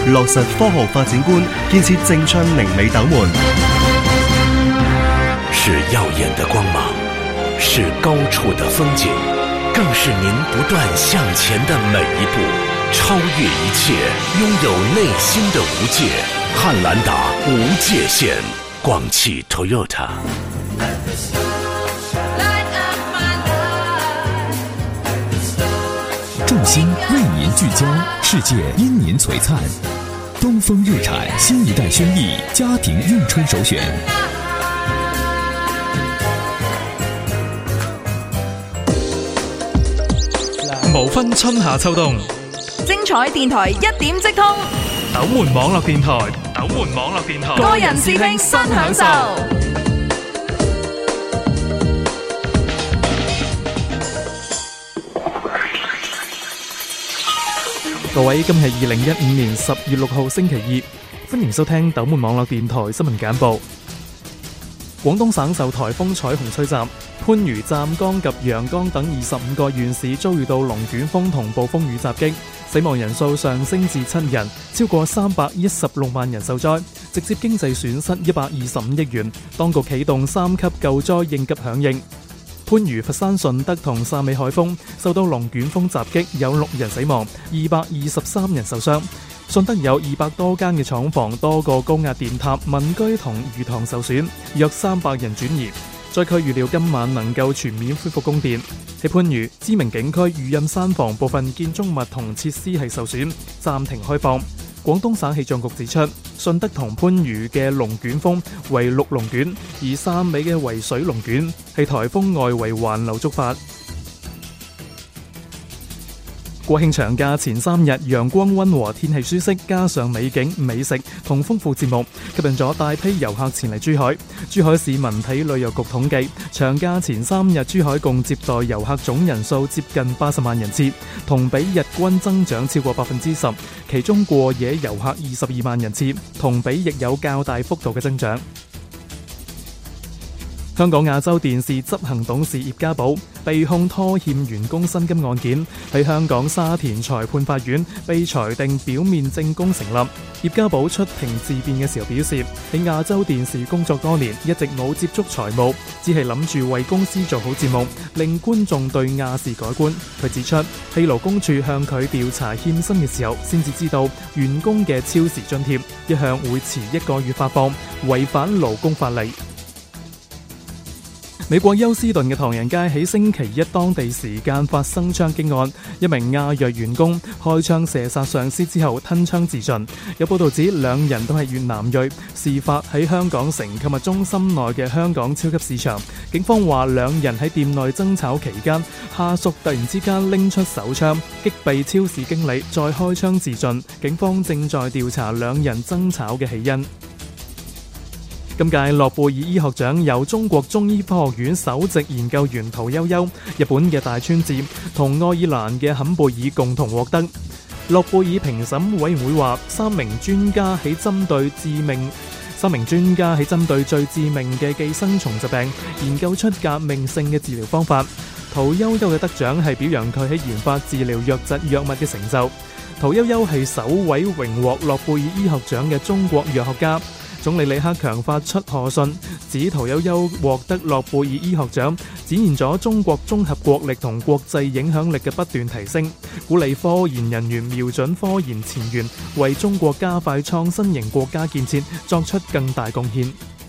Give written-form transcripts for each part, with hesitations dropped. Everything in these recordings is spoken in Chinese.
落實科學發展觀，建設正春寧美斗門。 是耀眼的光芒，是高處的風景，更是您不斷向前的每一步，超越一切，擁有內心的無界。漢蘭達無界限，廣汽 Toyota。 重心為您聚焦，世界因您璀璨。東風日產新一代軒逸家庭用春首選。 無分春夏秋冬， 精彩電台一點即通。 斗門網絡電台，斗門網絡電台， 個人視聽新享受。 各位，今日係2015年10月6號星期二，歡迎收聽斗門網絡電台新聞簡報。廣東省受颱風彩虹吹襲，番禺、湛江及陽江等25個縣市遭遇到龍捲風同暴風雨襲擊，死亡人數上升至7人，超過316萬人受災，直接經濟損失125億元。當局啟動3級救災應急響應。番禺、佛山、順德同汕尾海豐受到龍捲風襲擊，有6人死亡，223人受傷。順德有200多間嘅廠房、多個高壓電塔、民居同魚塘受損，約300人轉移。災區預料今晚能夠全面恢復供電。喺番禺，知名景區餘蔭山房部分建築物同設施係受損，暫停開放。廣東省氣象局指出，順德同番禺嘅龍捲風為陸龍捲，而汕尾嘅為水龍捲，係颱風外圍環流觸發。國慶長假前3日，陽光溫和，天氣舒適，加上美景、美食同豐富節目，吸引咗大批遊客前嚟珠海。珠海市文體旅遊局統計，長假前3日，珠海共接待遊客總人數接近80萬人次，同比日均增長超過10%，其中過夜遊客22萬人次，同比亦有較大幅度嘅增長。香港亞洲電視執行董事葉家寶被控拖欠員工薪金案件，喺香港沙田裁判法院被裁定表面證供成立。葉家寶出庭自辯嘅時候表示，喺亞洲電視工作多年，一直冇接觸財務，只係諗住為公司做好節目，令觀眾對亞視改觀。佢指出，喺勞工處向佢調查欠薪嘅時候，先至知道員工嘅超時津貼一向會遲1個月發放，違反勞工法例。美國休斯頓嘅唐人街喺星期一當地時間發生槍擊案，一名亞裔員工開槍射殺上司之後吞槍自盡。有報道指2人都係越南裔，事發喺香港城購物中心內嘅香港超級市場。警方話2人喺店內爭吵期間，下屬突然之間拎出手槍擊斃超市經理，再開槍自盡。警方正在調查2人爭吵嘅起因。今屆諾貝爾醫學獎由中國中醫科學院首席研究員屠呦呦、日本嘅大川智同愛爾蘭嘅坎貝爾共同獲得。諾貝爾評審委員會話，3名專家喺針對最致命嘅寄生蟲疾病研究出革命性嘅治療方法。屠呦呦嘅得獎係表揚佢喺研發治療瘧疾藥物嘅成就。屠呦呦係首位榮獲諾貝爾醫學獎嘅中國藥學家。總理李克強發出賀信，指屠呦呦獲得諾貝爾醫學獎，展現咗中國綜合國力同國際影響力嘅不斷提升，鼓勵科研人員瞄準科研前沿，為中國加快創新型國家建設作出更大貢獻。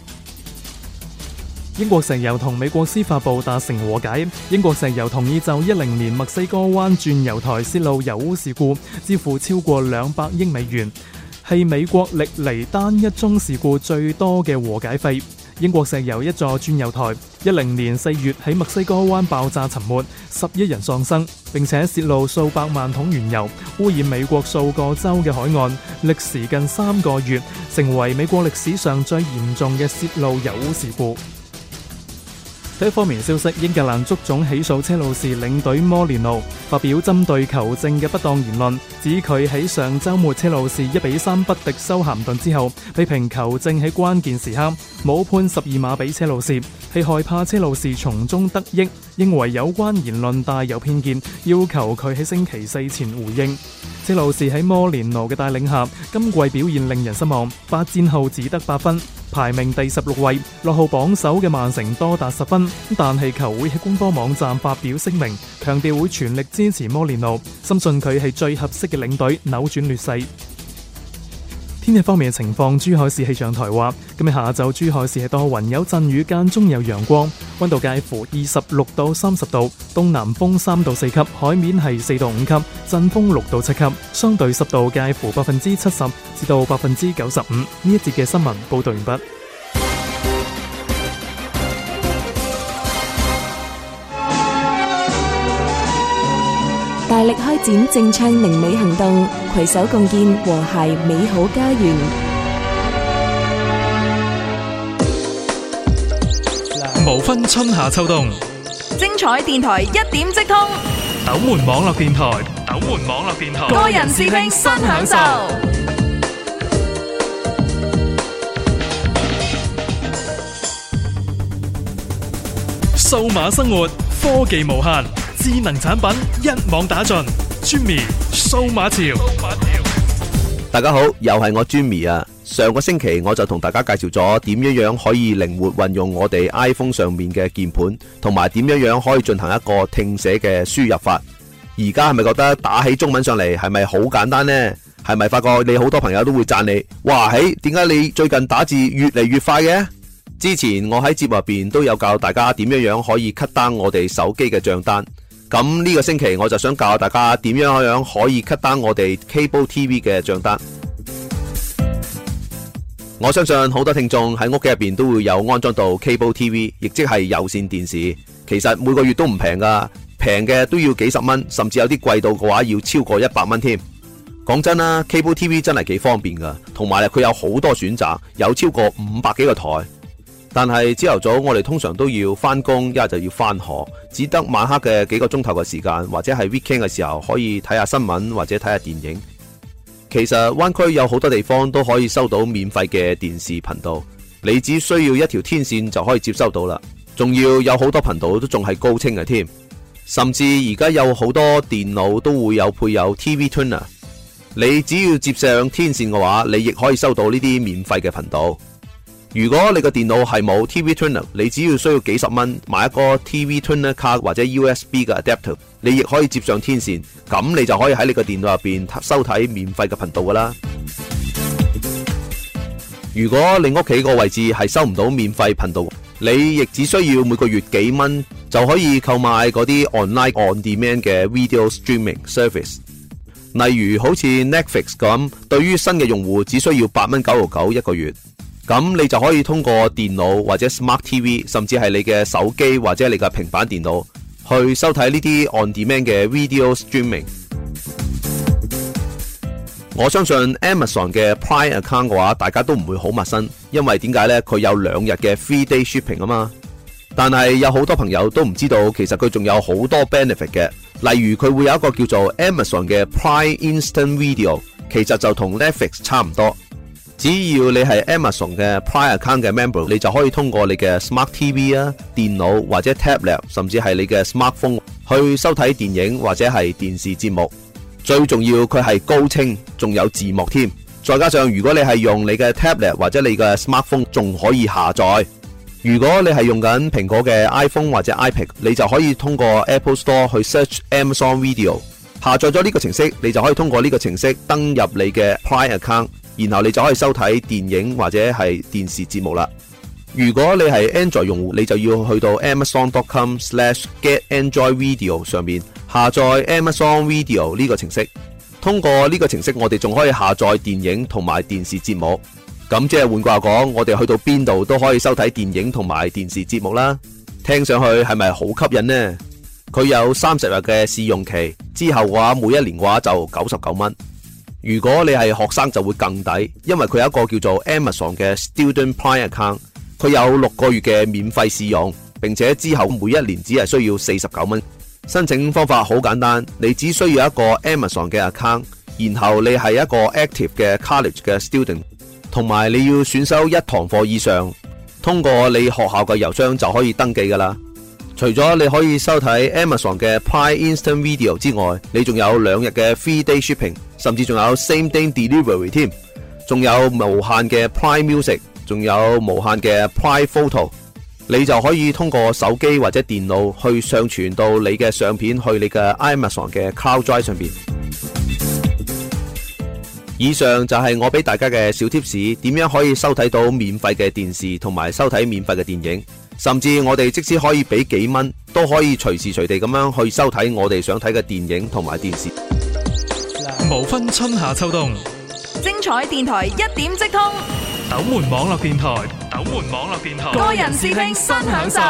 英國石油同美國司法部達成和解，英國石油同意就10年墨西哥灣鑽油台洩漏油污事故支付超過200億美元。係美國歷嚟單一宗事故最多嘅和解費。英國石油一座鑽油台10年4月喺墨西哥灣爆炸沉沒，11人喪生，並且洩露數百萬桶原油，污染美國數個州嘅海岸，歷時近3個月，成為美國歷史上最嚴重嘅洩漏油污事故。 體育方面消息，英格蘭足總起訴車路士領隊摩連奴，發表針對球證嘅不當言論，指佢喺上週末車路士1-3不敵修咸頓之後，批評球證喺關鍵時刻冇判12碼俾車路士，係害怕車路士從中得益，認為有關言論帶有偏見，要求佢喺星期4前回應。車路士喺摩連奴嘅帶領下，今季表現令人失望，8戰後只得8分，排名第16位，落後榜首嘅曼城多達10分。但係球會喺官方網站發表聲明，強調會全力支持摩連奴，深信佢係最合適嘅領隊，扭轉劣勢。天氣方面嘅情況，珠海市氣象台話，今日下晝珠海市係多雲有陣雨，間中有陽光，溫度介乎26到30度，東南風3到4級，海面係4到5級，陣風6到7級，相對濕度介乎70%至到95%。呢一節嘅新聞報道完畢。 大力開展正唱寧美行動，攜手共建和諧美好家園。 無分春夏秋冬， 精彩電台一點即通， 斗門網絡電台， 個人視聽新享受。 數碼生活，科技無限，智能產品一網打盡。Jimmy 數碼潮， 大家好，又係我 Jimmy 啊！上個星期我就同大家介紹咗點樣可以靈活運用我哋 iPhone 上面嘅鍵盤，同埋點樣可以進行一個聽寫嘅輸入法。而家係咪覺得打起中文上嚟係咪好簡單呢？係咪發覺你好多朋友都會讚你？哇，點解你最近打字越嚟越快嘅？之前我喺節目入邊都有教大家點樣可以 cut down 我哋手機嘅賬單。咁呢個星期我就想教大家點樣可以 cut down我哋 Cable TV 嘅賬單。我相信好多聽眾喺屋企入邊都會有安裝到 Cable TV， 亦即係有線電視。其實每個月都唔平噶，平嘅都要幾十蚊，甚至有啲貴到嘅話要超過100蚊添。講真啦， Cable TV 真係幾方便噶，同埋佢有好多選擇，有超過500幾個台。但係朝頭早我哋通常都要返工，一係就要返學，只得晚黑嘅幾個鐘頭嘅時間，或者係 weekend 嘅時候可以睇下新聞或者睇下電影。其實灣區有好多地方都可以收到免費嘅電視頻道，你只需要一條天線就可以接收到啦。仲要有好多頻道都仲係高清嘅添，甚至而家有好多電腦都會有配有 TV Tuner， 你只要接上天線嘅話，你亦可以收到呢啲免費嘅頻道。如果你個電腦係冇 TV Tuner， 你只要需要幾十蚊買一個 TV Tuner 卡或者 USB 嘅 adapter， 你亦可以接上天線，咁你就可以喺你個電腦入邊收睇免費嘅頻道噶啦。如果你屋企個位置係收唔到免費頻道，你亦只需要每個月幾蚊就可以購買嗰啲 online on demand 嘅 video streaming service。例如好似 Netflix 咁，對於新嘅用戶只需要8.99蚊一個月。咁你就可以通過電腦或者 Smart TV， 甚至係你嘅手機或者你嘅平板電腦去收睇呢啲 on demand 嘅 video streaming。我相信 Amazon 嘅 Prime account 嘅話，大家都唔會好陌生，因為點解呢？佢有2日嘅 free day shipping 啊嘛。但係有好多朋友都唔知道，其實佢仲有好多 benefit 嘅，例如佢會有一個叫做 Amazon 嘅 Prime Instant Video， 其實就同 Netflix 差唔多。只要你係 Amazon 嘅 Prime account 嘅 member， 你就可以通過你嘅 Smart TV 啊、電腦或者 tablet， 甚至係你嘅 smartphone 去收睇電影或者係電視節目。最重要佢係高清，仲有字幕添。再加上如果你係用你嘅 tablet 或者你嘅 smartphone， 仲可以下載。如果你係用緊蘋果嘅 iPhone 或者 iPad， 你就可以通過 Apple Store 去 search Amazon Video， 下載咗呢個程式，你就可以通過呢個程式登入你嘅 Prime account，然後你就可以收睇電影或者係電視節目啦。如果你係 Android 用戶，你就要去到 amazon.com/getandroidvideo 上面下載 Amazon Video 呢個程式。通過呢個程式，我哋仲可以下載電影同埋電視節目。咁即係換句話講，我哋去到邊度都可以收睇電影同埋電視節目啦。聽上去係咪好吸引呢？佢有30日嘅試用期，之後嘅話每一年嘅話就99蚊。如果你係學生就會更抵，因為佢有一個叫做 Amazon 嘅 Student Prime account， 佢有6個月嘅免費試用， 並且之後每一年只係需要49蚊。申請方法好簡單，你只需要一個 Amazon 嘅 account， 然後你係一個 active 嘅 college 嘅 student， 同埋你要選修1堂課以上，通過你學校嘅郵箱就可以登記㗎喇。除咗你可以收睇 Amazon 嘅 Prime Instant Video 之外，你仲有2日嘅 free day shipping， 甚至仲有 same day delivery 添，仲有無限嘅 Prime Music， 仲有無限嘅 Prime Photo， 你就可以通過手機或者電腦去上傳到你嘅相片去你嘅 Amazon 嘅 Cloud Drive 上邊。以上就係我俾大家嘅小貼士，點樣可以收睇到免費嘅電視同埋收睇免費嘅電影，甚至我哋即使可以俾幾蚊，都可以隨時隨地咁樣去收睇我哋想睇嘅電影同埋電視。 無分春夏秋冬， 精彩電台一點即通， 斗門網絡電台， 個人視聽新享受。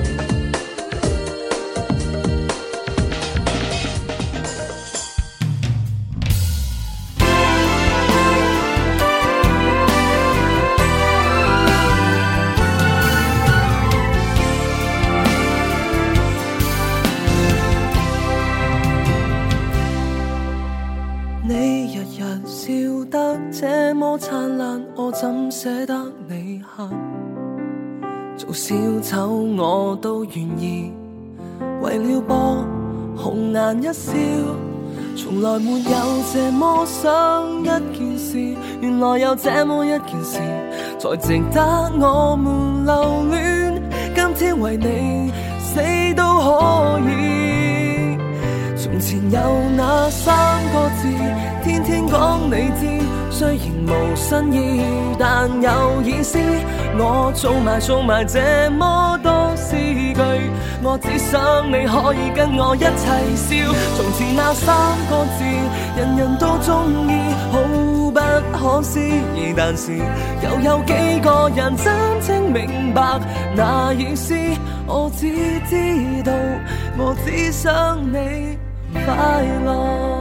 你日日笑得這麼燦爛，我怎捨得你喊？做小丑我都願意，為了博紅顏一笑。從來沒有這麼想一件事，原來有這麼一件事，才值得我們留戀。今天為你死都可以。從前有那3個字，天天講你知，雖然無新意，但有意思。我儲埋這麼多詩句，我只想你可以跟我一齊笑。從前那3個字，人人都鍾意，好不可思議，但是又有幾個人真正明白那意思？我只知道，我只想你快樂。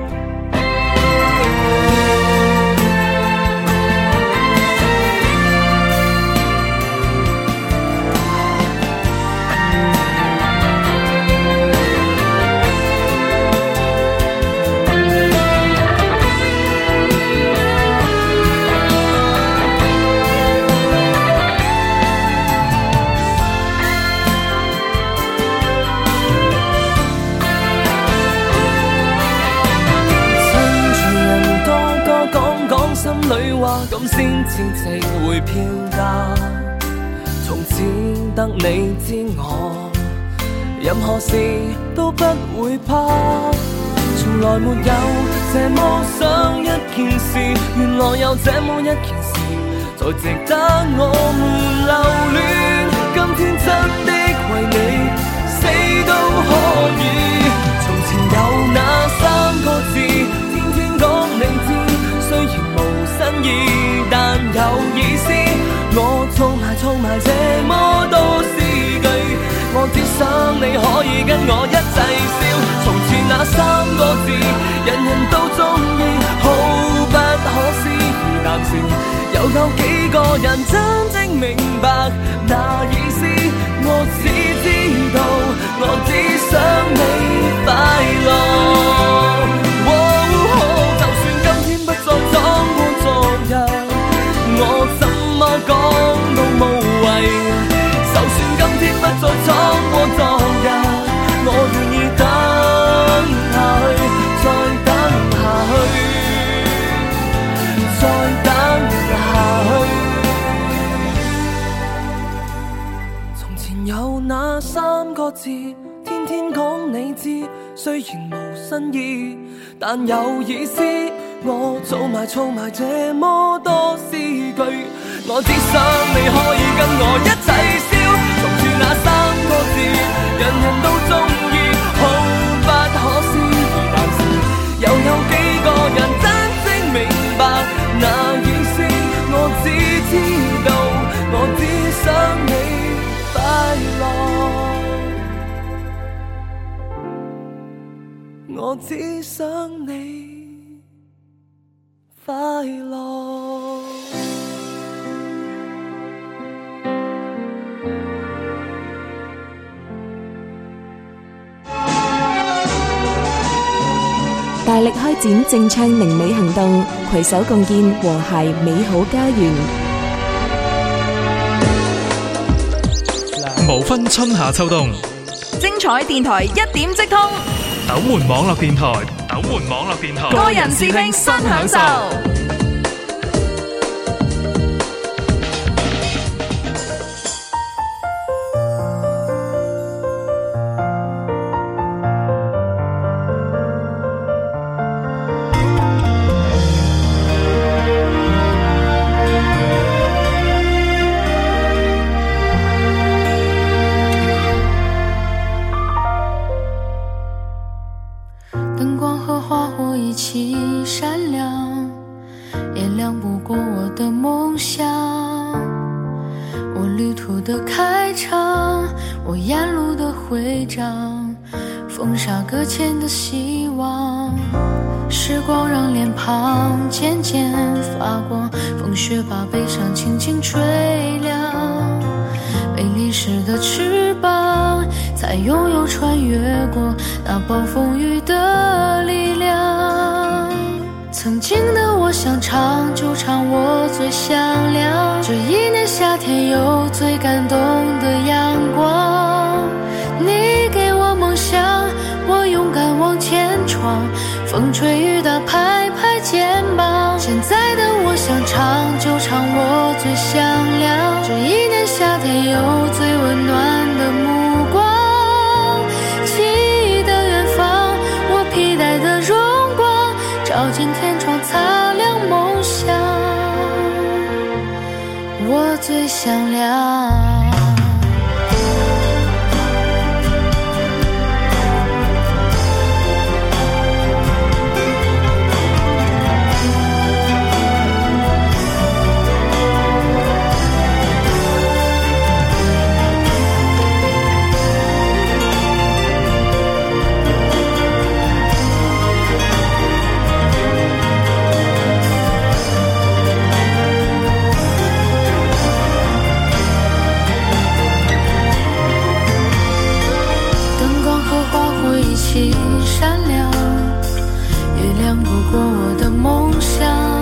心裏話咁先至值回票價，從此得你知我，任何事都不會怕。從來沒有這麼想一件事，原來有這麼一件事，才值得我們留戀。今天真的為你死都可以。從前有那3個字，天天講你知，雖然無新意，但有意思。我儲埋這麼多詩句，我只想你可以跟我一齊笑。從前那3個字，人人都鍾意，好不可思議，但是又有幾個人真正明白那意思？我只知道，我只想你快樂。就算今天不再闖過昨日，我怎麼講都無謂。就算今天不再闖過昨日，我願意等下去，再等下去，再等下去。從前有那3個字，天天講你知，雖然無新意，但有意思。我儲埋這麼多詩句，我只想你可以跟我一齊笑。從前那3個字，人人都鍾意，好不可思議，但是又有幾個人真正明白那意思？我只知道，我只想你快樂，我只想你快樂。 大力開展正唱寧美行動，攜手共建和諧美好家園。 無分春夏秋冬， 精彩電台一點即通。 斗門網絡電台， 個人視聽新享受。 风沙搁浅的希望，时光让脸庞渐渐发光，风雪把悲伤轻轻吹凉，被淋湿的翅膀才拥有穿越过那暴风雨的力量。曾经的我想唱就唱我最响亮，这一年夏天有最感动的阳光，你给我梦想，我勇敢往前闯，风吹雨打拍拍肩膀。现在的我想唱就唱我最响亮，这一年夏天有最温暖的目光，记忆的远方，我披戴的荣光，照进天窗擦亮梦想，我最响亮。闪亮，月亮不过我的梦想，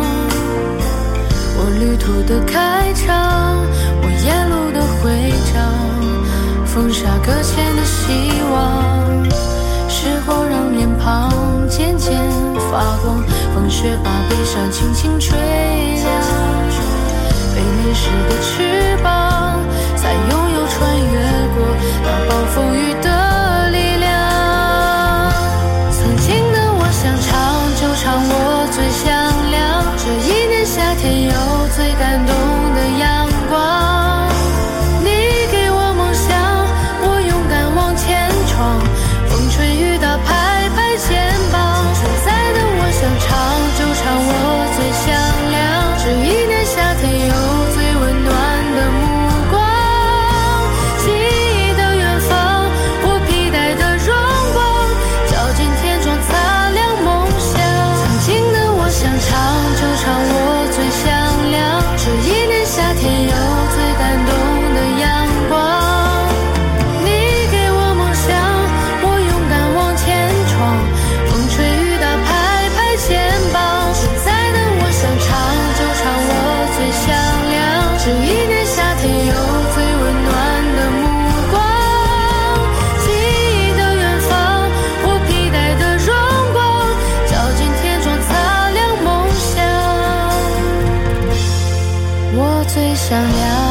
我旅途的开场，我沿路的徽章，风沙搁浅的希望，时光让脸庞渐渐发光，风雪把悲伤轻轻吹凉，被淋湿的翅膀才拥有穿越过那暴风雨的力量。曾经的我想唱就唱我最响亮，这一年夏天有最感动的阳光，你给我梦想，我勇敢往前闯，风吹雨打拍拍肩膀。现在的我想唱就唱我最响亮，这一年夏天有最温暖的目光，记忆的远方，我披戴的荣光，照进天窗擦亮梦想。曾经的我想唱就唱我最响亮，这一年夏天有最感动的阳光，你给我梦想，我勇敢往前闯，风吹雨打拍拍肩膀。现在的我想唱就唱我最响亮，这一年夏天有最温暖的目光，记忆的远方，我披戴的荣光，照进天窗擦亮梦想，我最响亮。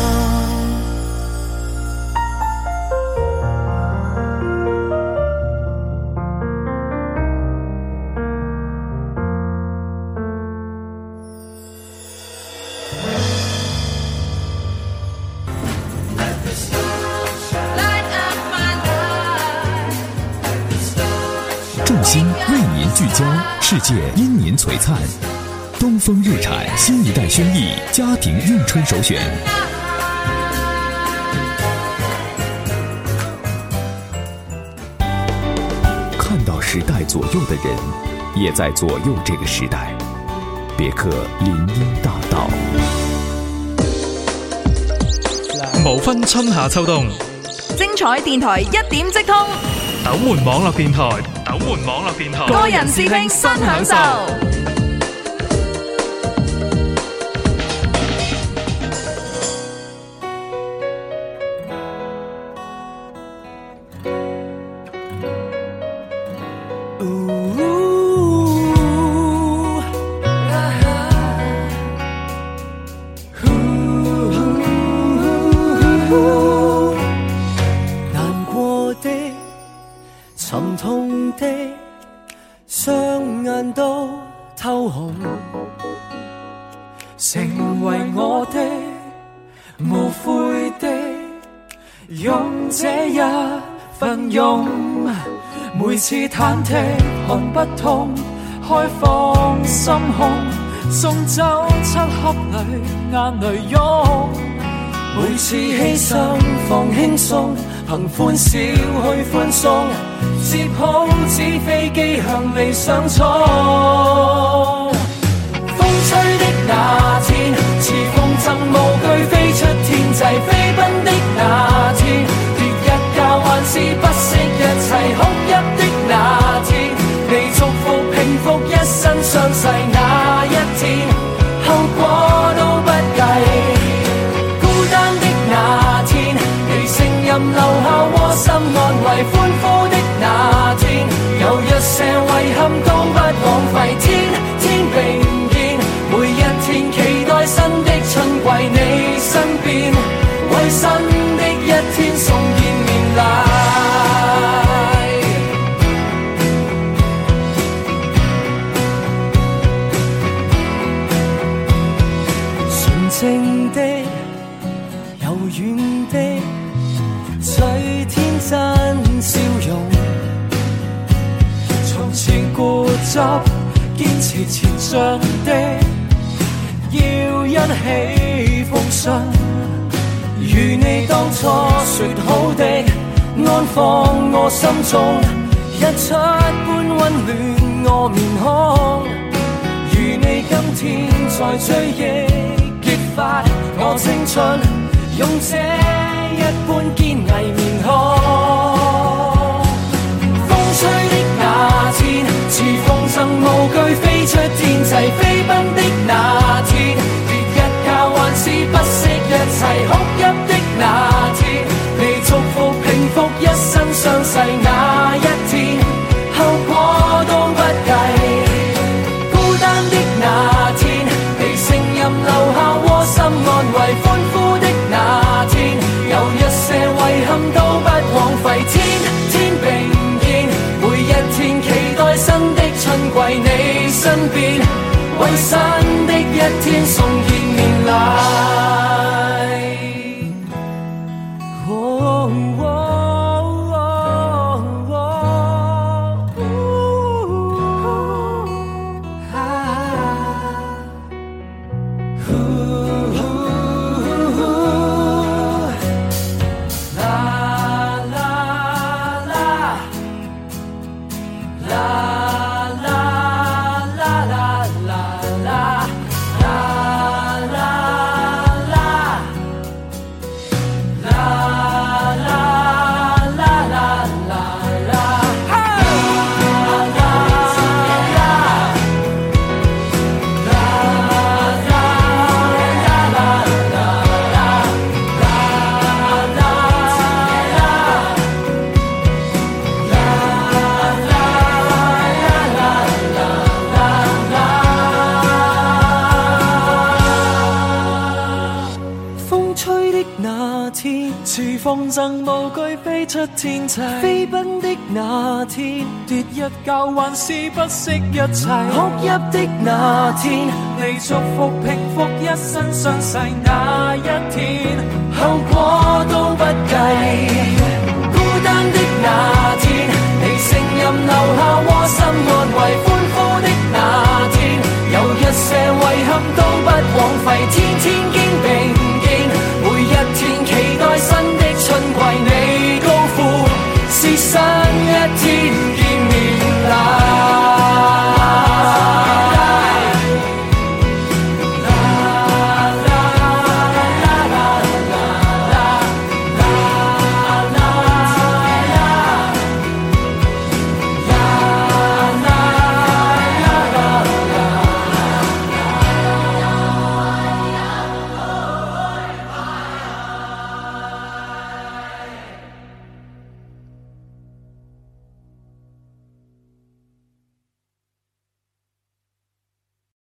众星为您聚焦，世界因您璀璨。东风日产新一代轩逸家庭运春首选。看到时代左右的人，也在左右这个时代。别克林荫大道。 無分春夏秋冬， 精彩電台一點即通。 斗門網絡電台，斗門網絡電台， 個人視聽新享受。 難過的、沉痛的，雙眼都透紅，成為我的無悔的，用這一份勇，每次忐忑看不通，開放心胸，送走漆黑裏眼淚湧，每次犧牲放輕鬆，憑歡笑去歡送，接好紙飛機向理想衝。風吹的那天，似風箏無懼飛出天際，飛奔的那天，奪一覺還是不惜一切，哭泣的那天，你祝福平復一身傷勢那一天，後果都不計。孤單的那天，你聲音留下窩心安慰，歡呼的那天，有一些遺憾都不枉費。天天並肩，每一天期待新的春季你身邊，為新的一天送見面禮。純正的，柔軟的，最天真笑容，從前固執堅持前進的，要一起奉信，如你當初說好的，安放我心中，日出般溫暖我面孔，如你今天在追憶激發我青春，用這一般堅毅面孔。風吹的那天，似風箏無懼飛出天際，飛奔的那天，別一覺還是不惜一切，哭泣的那天，你祝福平復一身傷勢那一天，後果都不計。孤單的那天，你聲音留下窩心安慰，歡呼的那天，有一些遺憾都不枉費。天天並肩，每一天期待新的春季你身邊，為新的一天送見面禮。風箏無懼飛出天際，飛奔的那天，奪一覺還是不惜一切，哭泣的那天，你祝福平復一身傷勢那一天，後果都不計。孤單的那天，你聲音留下窩心安慰。